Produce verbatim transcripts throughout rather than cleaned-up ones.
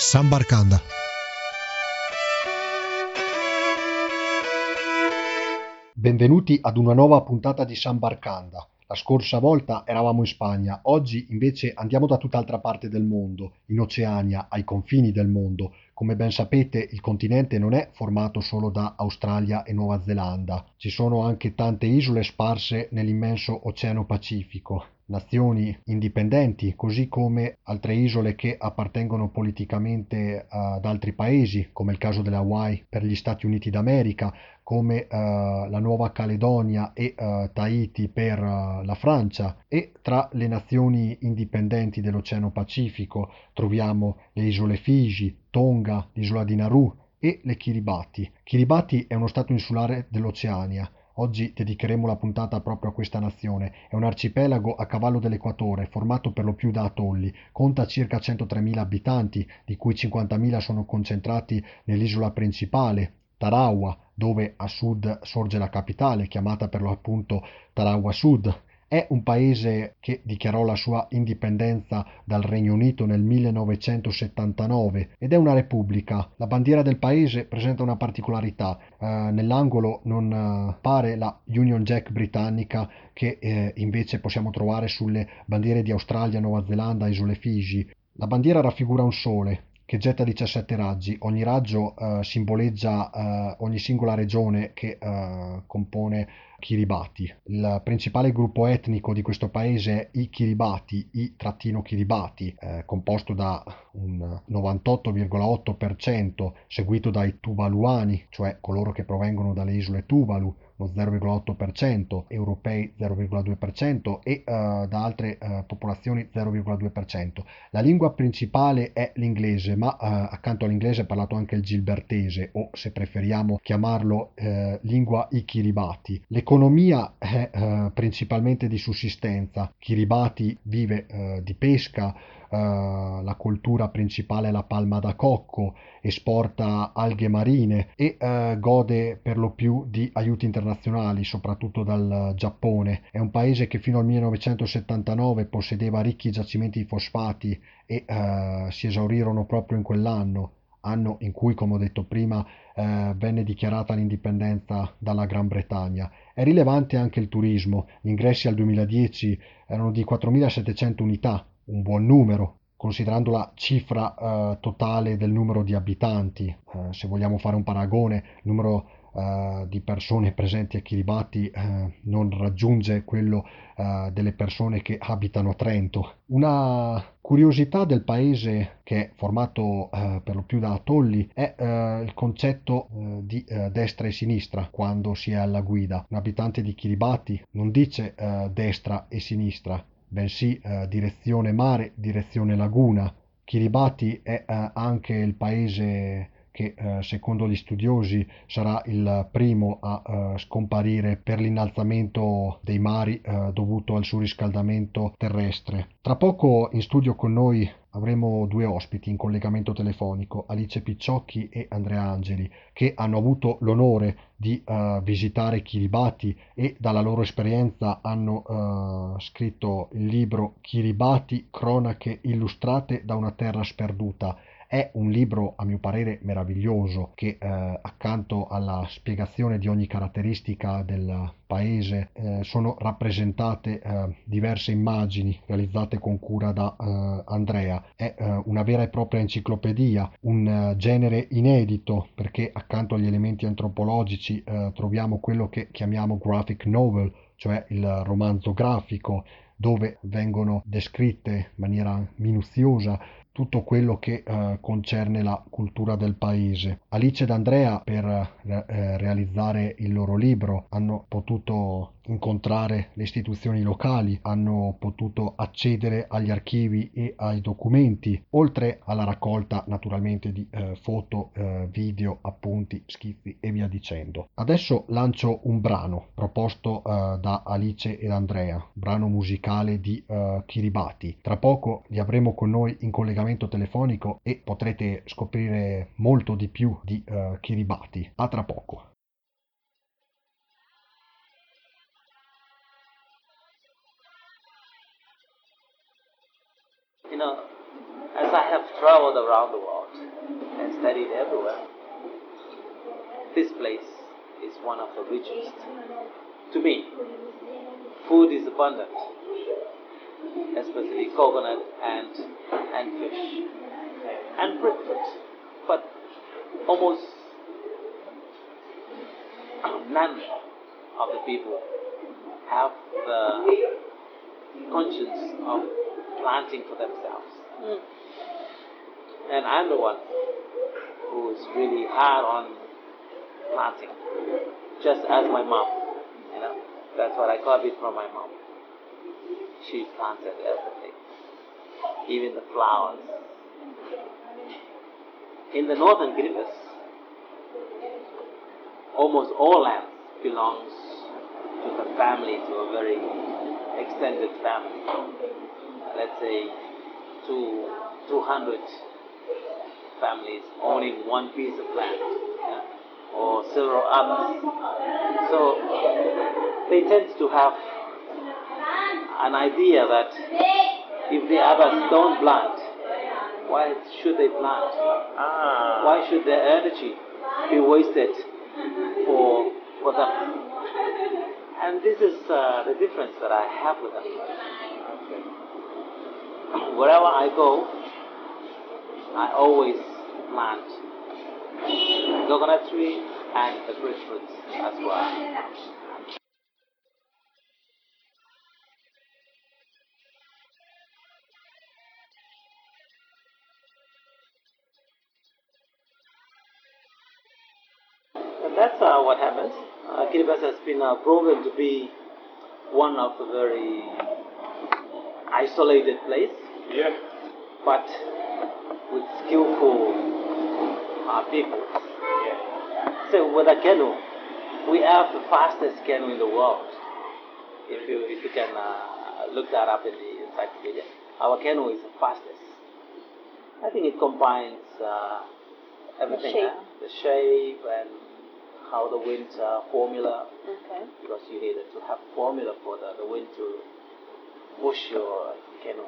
Sambarcanda. Benvenuti ad una nuova puntata di Sambarcanda. La scorsa volta eravamo in Spagna, oggi invece andiamo da tutt'altra parte del mondo, in Oceania, ai confini del mondo. Come ben sapete, il continente non è formato solo da Australia e Nuova Zelanda, ci sono anche tante isole sparse nell'immenso Oceano Pacifico, nazioni indipendenti, così come altre isole che appartengono politicamente ad altri paesi, come il caso delle Hawaii per gli Stati Uniti d'America, come eh, la Nuova Caledonia e eh, Tahiti per eh, la Francia, e tra le nazioni indipendenti dell'Oceano Pacifico troviamo le isole Figi, Tonga, l'isola di Nauru e le Kiribati. Kiribati è uno stato insulare dell'Oceania. Oggi dedicheremo la puntata proprio a questa nazione. È un arcipelago a cavallo dell'equatore, formato per lo più da atolli. Conta circa centotremila abitanti, di cui cinquantamila sono concentrati nell'isola principale, Tarawa, dove a sud sorge la capitale, chiamata per l'appunto Tarawa Sud. È un paese che dichiarò la sua indipendenza dal Regno Unito nel millenovecentosettantanove ed è una repubblica. La bandiera del paese presenta una particolarità. Eh, nell'angolo non eh, pare la Union Jack britannica che eh, invece possiamo trovare sulle bandiere di Australia, Nuova Zelanda, Isole Figi. La bandiera raffigura un sole che getta diciassette raggi. Ogni raggio eh, simboleggia eh, ogni singola regione che eh, compone Kiribati. Il principale gruppo etnico di questo paese è i Kiribati, i-Kiribati, eh, composto da un novantotto virgola otto per cento, seguito dai Tuvaluani, cioè coloro che provengono dalle isole Tuvalu, lo zero virgola otto per cento, europei zero virgola due per cento e uh, da altre uh, popolazioni zero virgola due per cento. La lingua principale è l'inglese, ma uh, accanto all'inglese è parlato anche il gilbertese, o se preferiamo chiamarlo uh, lingua i Kiribati. L'economia è uh, principalmente di sussistenza. Kiribati vive uh, di pesca, Uh, la coltura principale è la palma da cocco, esporta alghe marine e uh, gode per lo più di aiuti internazionali, soprattutto dal Giappone. È un paese che fino al millenovecentosettantanove possedeva ricchi giacimenti di fosfati e uh, si esaurirono proprio in quell'anno, anno in cui, come ho detto prima, uh, venne dichiarata l'indipendenza dalla Gran Bretagna. È rilevante anche il turismo. Gli ingressi al duemiladieci erano di quattromilasettecento unità, un buon numero, considerando la cifra eh, totale del numero di abitanti. Eh, se vogliamo fare un paragone, il numero eh, di persone presenti a Kiribati eh, non raggiunge quello eh, delle persone che abitano a Trento. Una curiosità del paese, che è formato eh, per lo più da atolli, è eh, il concetto eh, di eh, destra e sinistra quando si è alla guida. Un abitante di Kiribati non dice eh, destra e sinistra, bensì eh, direzione mare, direzione laguna. Kiribati è eh, anche il paese che eh, secondo gli studiosi sarà il primo a eh, scomparire per l'innalzamento dei mari eh, dovuto al surriscaldamento terrestre. Tra poco in studio con noi avremo due ospiti in collegamento telefonico, Alice Picciocchi e Andrea Angeli, che hanno avuto l'onore di uh, visitare Kiribati e dalla loro esperienza hanno uh, scritto il libro Kiribati, cronache illustrate da una terra sperduta. È un libro, a mio parere, meraviglioso che eh, accanto alla spiegazione di ogni caratteristica del paese eh, sono rappresentate eh, diverse immagini realizzate con cura da eh, Andrea. È eh, una vera e propria enciclopedia, un eh, genere inedito, perché accanto agli elementi antropologici eh, troviamo quello che chiamiamo graphic novel, cioè il romanzo grafico, dove vengono descritte in maniera minuziosa tutto quello che eh, concerne la cultura del paese. Alice ed Andrea, per eh, realizzare il loro libro, hanno potuto incontrare le istituzioni locali, hanno potuto accedere agli archivi e ai documenti, oltre alla raccolta naturalmente di eh, foto, eh, video, appunti, schizzi e via dicendo. Adesso lancio un brano proposto eh, da Alice ed Andrea, brano musicale di eh, Kiribati. Tra poco li avremo con noi in collegamento telefonico e potrete scoprire molto di più di eh, Kiribati. A tra poco. Ina as I have traveled around the world and studied everywhere, this place is one of the richest. To me, food is abundant, especially coconut and and fish and breadfruit, but almost none of the people have the conscience of planting for themselves. Mm. And I'm the one who is really hard on planting, just as my mom. You know, that's what I copied from my mom. She planted everything, even the flowers. In the northern Kiribati, almost all land belongs to the family, to a very extended family. Let's say two, two hundred families owning one piece of land, yeah, or several others. So they tend to have an idea that if the others don't plant, why should they plant? Ah. Why should their energy be wasted for for them? And this is uh, the difference that I have with them. Wherever I go, I always plant coconut tree and the breadfruit as well. And that's uh, what happens. Uh, Kiribati has been uh, proven to be one of the very isolated place, Yeah. but with skillful uh, people. Yeah. So with a canoe, we have the fastest canoe in the world. If you if you can uh, look that up in the encyclopedia, our canoe is the fastest. I think it combines uh, everything, The shape. huh? The shape and how the wind uh, formula, Okay. because you needed to have formula for the, the wind to push your canoe.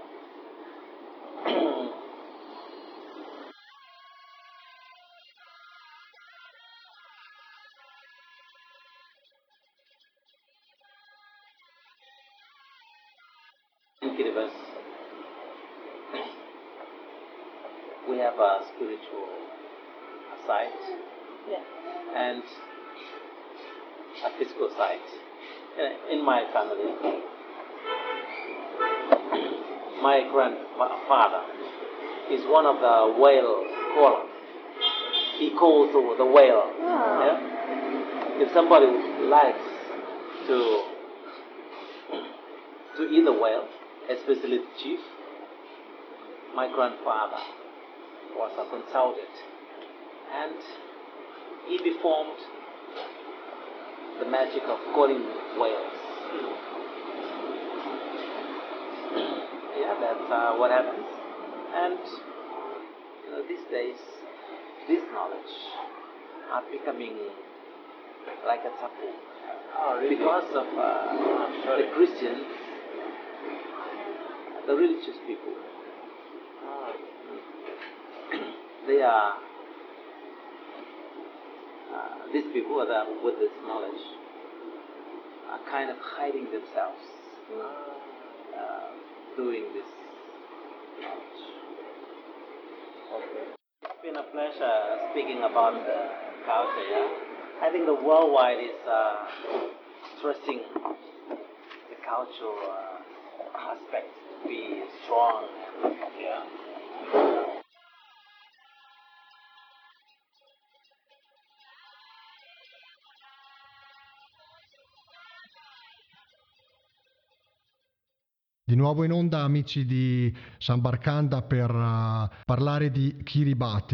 In Kiribati, we have a spiritual side Yeah. and a physical side. In- In my family, my grandfather is one of the whale callers. He calls the, the whale. Ah. Yeah? If somebody likes to to eat the whale, especially the chief, my grandfather was uh, consulted, and he performed the magic of calling whales. Yeah, that's uh, what happens. And you know, these days, this knowledge are becoming like a taboo Oh, really? because of uh, I'm sorry. the Christians, the religious people. Ah. They are uh, these people that with this knowledge are kind of hiding themselves, uh, doing this knowledge. Okay. It's been a pleasure speaking about the culture. Yeah? I think the worldwide is uh, stressing the cultural uh, aspect to be strong. Yeah. Di nuovo in onda amici di Sambarcanda per uh, parlare di Kiribati.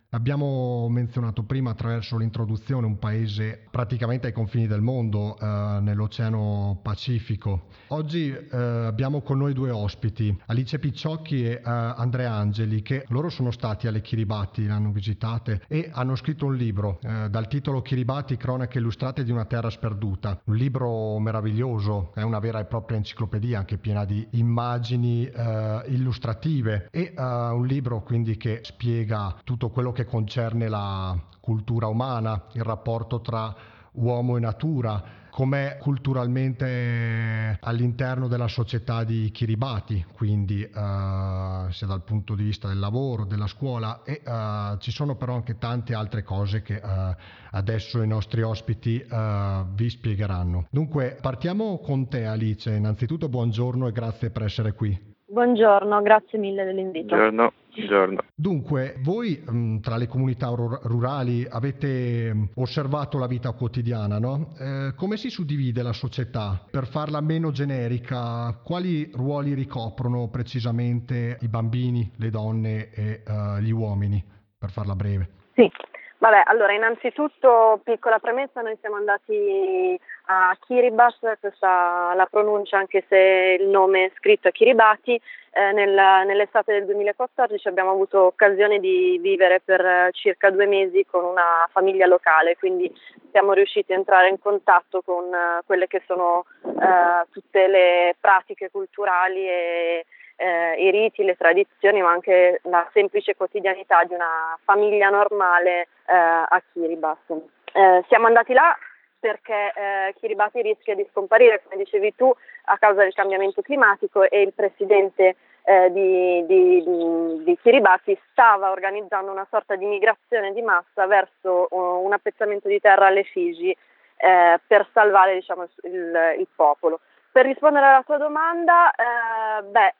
Abbiamo menzionato prima attraverso l'introduzione un paese praticamente ai confini del mondo, eh, nell'Oceano Pacifico. Oggi eh, abbiamo con noi due ospiti, Alice Picciocchi e eh, Andrea Angeli, che loro sono stati alle Kiribati, l'hanno visitate e hanno scritto un libro eh, dal titolo Kiribati, cronache illustrate di una terra sperduta. Un libro meraviglioso, è una vera e propria enciclopedia anche piena di immagini eh, illustrative e eh, un libro quindi che spiega tutto quello che che concerne la cultura umana, il rapporto tra uomo e natura, com'è culturalmente all'interno della società di Kiribati, quindi eh, sia dal punto di vista del lavoro, della scuola e eh, ci sono però anche tante altre cose che eh, adesso i nostri ospiti eh, vi spiegheranno. Dunque partiamo con te Alice, innanzitutto buongiorno e grazie per essere qui. Buongiorno, grazie mille dell'invito. Buongiorno, buongiorno. Dunque, voi mh, tra le comunità rur- rurali avete mh, osservato la vita quotidiana, no? Eh, come si suddivide la società? Per farla meno generica, quali ruoli ricoprono precisamente i bambini, le donne e eh, gli uomini, per farla breve? Sì, vabbè, allora innanzitutto piccola premessa, noi siamo andati a Kiribati, questa la pronuncia anche se il nome è scritto è Kiribati, eh, nel, nell'estate del duemilaquattordici abbiamo avuto occasione di vivere per circa due mesi con una famiglia locale, quindi siamo riusciti a entrare in contatto con uh, quelle che sono uh, tutte le pratiche culturali e eh, i riti, le tradizioni, ma anche la semplice quotidianità di una famiglia normale eh, a Kiribati. Eh, siamo andati là perché eh, Kiribati rischia di scomparire, come dicevi tu, a causa del cambiamento climatico e il presidente eh, di, di, di, di Kiribati stava organizzando una sorta di migrazione di massa verso uh, un appezzamento di terra alle Figi eh, per salvare, diciamo, il, il popolo. Per rispondere alla tua domanda, eh, beh,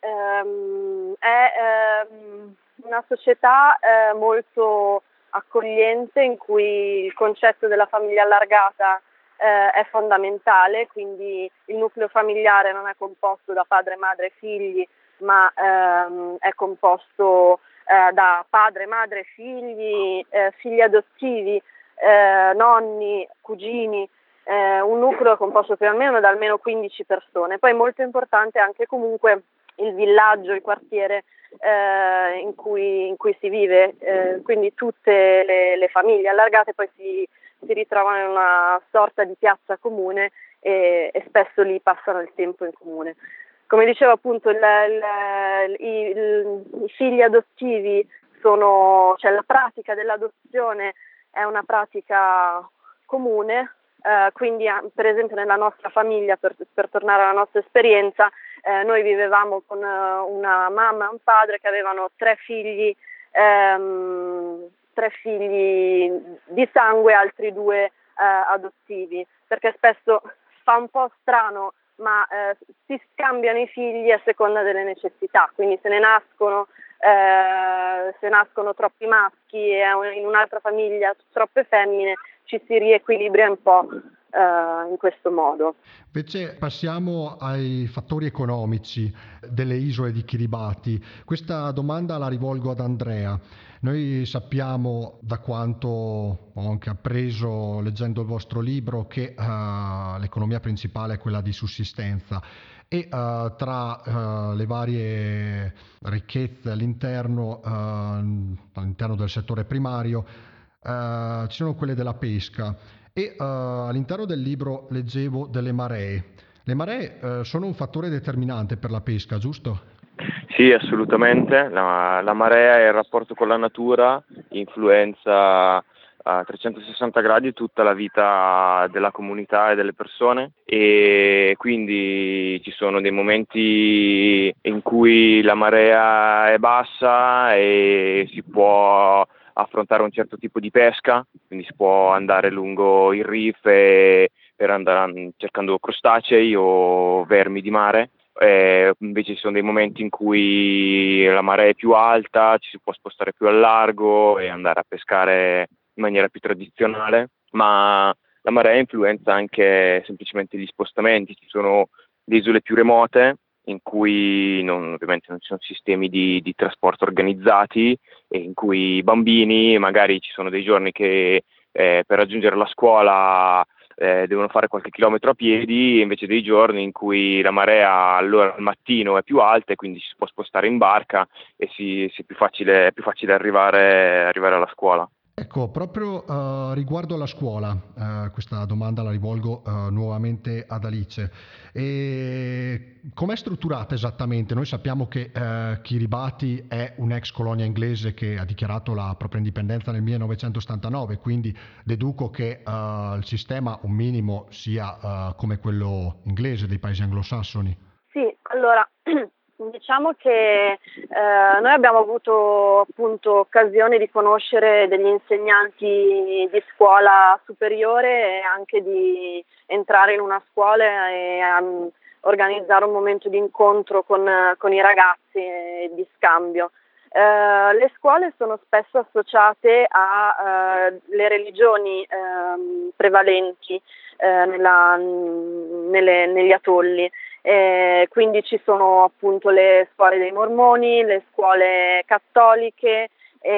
ehm, è ehm, una società eh, molto accogliente in cui il concetto della famiglia allargata eh, è fondamentale, quindi il nucleo familiare non è composto da padre, madre e figli, ma ehm, è composto eh, da padre, madre, figli, eh, figli adottivi, eh, nonni, cugini. Eh, un nucleo composto più o meno da almeno quindici persone. Poi molto importante anche comunque il villaggio, il quartiere eh, in, cui, in cui si vive, eh, quindi tutte le, le famiglie allargate poi si, si ritrovano in una sorta di piazza comune e, e spesso lì passano il tempo in comune. Come dicevo appunto, il, il, il, il, i figli adottivi sono, cioè la pratica dell'adozione è una pratica comune. Uh, quindi uh, per esempio nella nostra famiglia, per, per tornare alla nostra esperienza, uh, noi vivevamo con uh, una mamma e un padre che avevano tre figli, um, tre figli di sangue e altri due uh, adottivi, perché spesso fa un po' strano, ma uh, si scambiano i figli a seconda delle necessità, quindi se ne nascono uh, se nascono troppi maschi e in un'altra famiglia troppe femmine, ci si riequilibra un po' uh, in questo modo. Invece passiamo ai fattori economici delle isole di Kiribati. Questa domanda la rivolgo ad Andrea. Noi sappiamo, da quanto ho anche appreso leggendo il vostro libro, che uh, l'economia principale è quella di sussistenza e uh, tra uh, le varie ricchezze all'interno, uh, all'interno del settore primario uh, ci sono quelle della pesca. E uh, all'interno del libro leggevo delle maree. Le maree uh, sono un fattore determinante per la pesca, giusto? Sì, assolutamente. La, la marea e il rapporto con la natura influenza a trecentosessanta gradi tutta la vita della comunità e delle persone, e quindi ci sono dei momenti in cui la marea è bassa e si può affrontare un certo tipo di pesca, quindi si può andare lungo il reef e, per andare cercando crostacei o vermi di mare. Eh, invece ci sono dei momenti in cui la marea è più alta, ci si può spostare più al largo e andare a pescare in maniera più tradizionale, ma la marea influenza anche semplicemente gli spostamenti. Ci sono le isole più remote in cui non, ovviamente non ci sono sistemi di, di trasporto organizzati e in cui i bambini magari ci sono dei giorni che eh, per raggiungere la scuola eh, devono fare qualche chilometro a piedi, invece dei giorni in cui la marea allora al mattino è più alta e quindi si può spostare in barca e si, si è più facile, è più facile arrivare, arrivare alla scuola. Ecco, proprio eh, riguardo alla scuola, eh, questa domanda la rivolgo eh, nuovamente ad Alice. E com'è strutturata esattamente? Noi sappiamo che eh, Kiribati è un'ex colonia inglese che ha dichiarato la propria indipendenza nel millenovecentosettantanove, quindi deduco che eh, il sistema un minimo sia eh, come quello inglese dei paesi anglosassoni. Sì, allora diciamo che eh, noi abbiamo avuto appunto occasione di conoscere degli insegnanti di scuola superiore e anche di entrare in una scuola e um, organizzare un momento di incontro con, con i ragazzi e di scambio. Uh, le scuole sono spesso associate alle uh, religioni uh, prevalenti uh, nella, nelle, negli atolli. Eh, quindi ci sono appunto le scuole dei mormoni, le scuole cattoliche,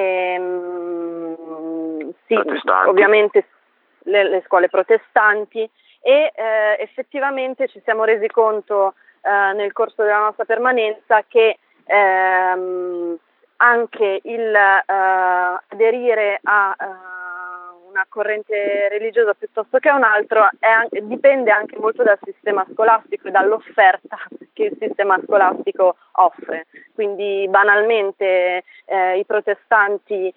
ehm, sì, ovviamente le, le scuole protestanti e eh, effettivamente ci siamo resi conto eh, nel corso della nostra permanenza che ehm, anche il eh, aderire a eh, una corrente religiosa piuttosto che a un altro è anche, dipende anche molto dal sistema scolastico e dall'offerta che il sistema scolastico offre. Quindi banalmente eh, i protestanti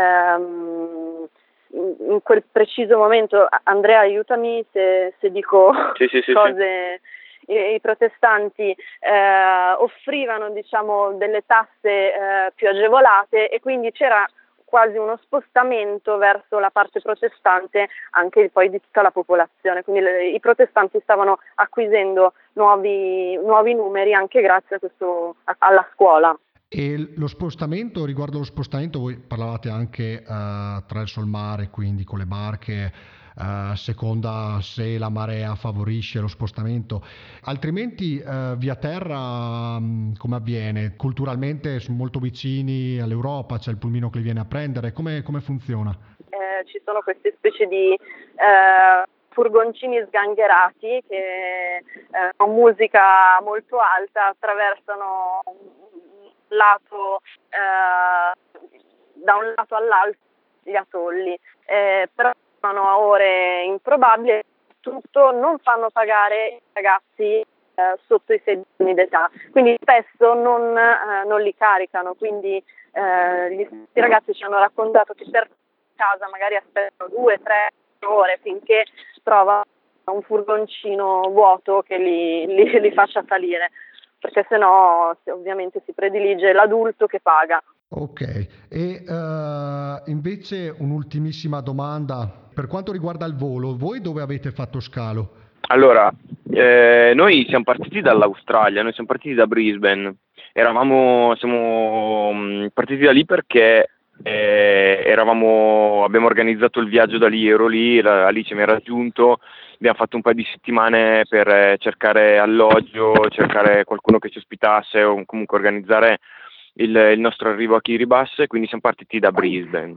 ehm, in quel preciso momento, Andrea aiutami se, se dico sì, sì, sì, cose, sì. I, i protestanti eh, offrivano diciamo delle tasse eh, più agevolate e quindi c'era quasi uno spostamento verso la parte protestante anche poi di tutta la popolazione, quindi le, i protestanti stavano acquisendo nuovi, nuovi numeri anche grazie a questo, a, alla scuola. E lo spostamento, riguardo lo spostamento, voi parlavate anche uh, attraverso il mare, quindi con le barche, uh, seconda se la marea favorisce lo spostamento, altrimenti uh, via terra um, come avviene? Culturalmente sono molto vicini all'Europa, c'è il pulmino che li viene a prendere, come, come funziona? Eh, ci sono queste specie di eh, furgoncini sgangherati che eh, con musica molto alta attraversano lato eh, da un lato all'altro gli atolli, eh, però sono a ore improbabili e tutto non fanno pagare i ragazzi eh, sotto i sedici anni d'età, quindi spesso non, eh, non li caricano, quindi eh, gli stessi ragazzi ci hanno raccontato che per casa magari aspettano due, tre ore finché trovano un furgoncino vuoto che li, li, li faccia salire, perché sennò ovviamente si predilige l'adulto che paga. Ok, e uh, invece un'ultimissima domanda, per quanto riguarda il volo, voi dove avete fatto scalo? Allora, eh, noi siamo partiti dall'Australia, noi siamo partiti da Brisbane, eravamo, siamo mh, partiti da lì perché eh, eravamo, abbiamo organizzato il viaggio da lì, ero lì, la, Alice mi ha raggiunto, abbiamo fatto un paio di settimane per eh, cercare alloggio, cercare qualcuno che ci ospitasse o comunque organizzare il, il nostro arrivo a Kiribati, quindi siamo partiti da Brisbane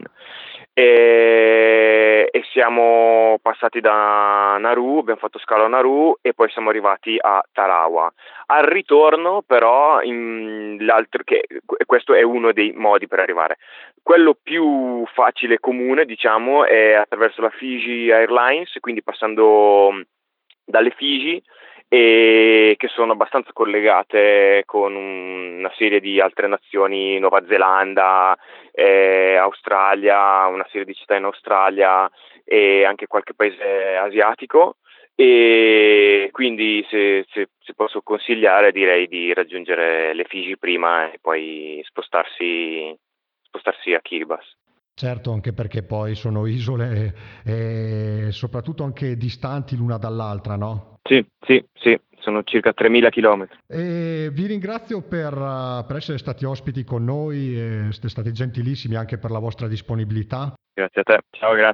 e, e siamo passati da Nauru, abbiamo fatto scalo a Nauru e poi siamo arrivati a Tarawa. Al ritorno però, in, l'altro, che, questo è uno dei modi per arrivare, quello più facile e comune diciamo è attraverso la Fiji Airlines, quindi passando dalle Fiji, e che sono abbastanza collegate con una serie di altre nazioni, Nuova Zelanda, eh, Australia, una serie di città in Australia e anche qualche paese asiatico, e quindi se, se, se posso consigliare direi di raggiungere le Figi prima e poi spostarsi, spostarsi a Kiribati. Certo, anche perché poi sono isole e soprattutto anche distanti l'una dall'altra, no? Sì, sì, sì, sono circa tremila chilometri. E vi ringrazio per, per essere stati ospiti con noi e siete stati gentilissimi anche per la vostra disponibilità. Grazie a te, ciao, grazie.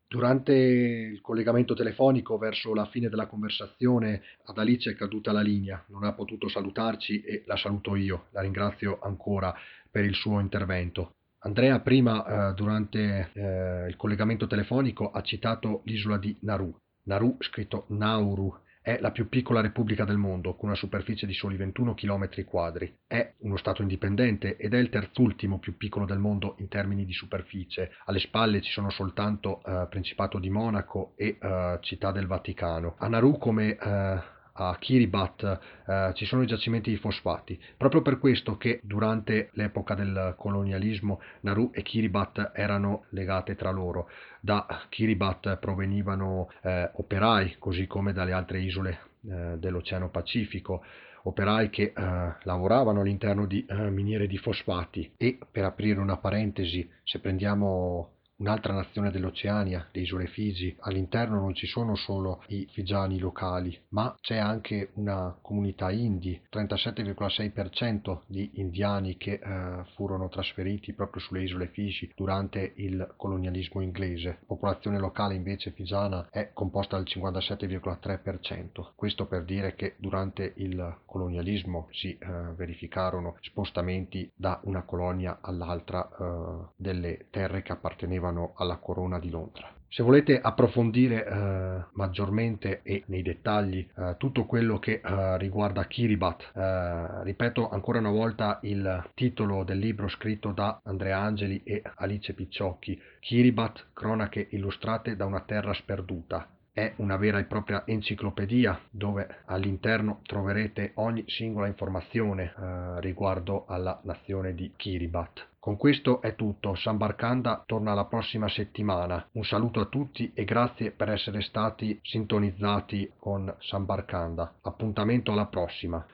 Durante il collegamento telefonico, verso la fine della conversazione, ad Alice è caduta la linea, non ha potuto salutarci e la saluto io. La ringrazio ancora per il suo intervento. Andrea prima, eh, durante eh, il collegamento telefonico, ha citato l'isola di Nauru. Nauru, scritto Nauru, è la più piccola repubblica del mondo, con una superficie di soli ventuno chilometri quadri. È uno stato indipendente ed è il terzultimo più piccolo del mondo in termini di superficie. Alle spalle ci sono soltanto eh, Principato di Monaco e eh, Città del Vaticano. A Nauru, come eh, a Kiribati, eh, ci sono i giacimenti di fosfati. Proprio per questo che durante l'epoca del colonialismo Nauru e Kiribati erano legate tra loro. Da Kiribati provenivano eh, operai, così come dalle altre isole eh, dell'Oceano Pacifico, operai che eh, lavoravano all'interno di eh, miniere di fosfati. E per aprire una parentesi, se prendiamo un'altra nazione dell'Oceania, le isole Figi, all'interno non ci sono solo i figiani locali, ma c'è anche una comunità indi, trentasette virgola sei per cento di indiani che eh, furono trasferiti proprio sulle isole Figi durante il colonialismo inglese. La popolazione locale invece figiana è composta dal cinquantasette virgola tre per cento. Questo per dire che durante il colonialismo si eh, verificarono spostamenti da una colonia all'altra eh, delle terre che appartenevano alla corona di Londra. Se volete approfondire eh, maggiormente e nei dettagli eh, tutto quello che eh, riguarda Kiribati, eh, ripeto ancora una volta il titolo del libro scritto da Andrea Angeli e Alice Picciocchi, Kiribati, cronache illustrate da una terra sperduta. È una vera e propria enciclopedia dove all'interno troverete ogni singola informazione eh, riguardo alla nazione di Kiribati. Con questo è tutto, Sambarcanda torna la prossima settimana. Un saluto a tutti e grazie per essere stati sintonizzati con Sambarcanda. Appuntamento alla prossima.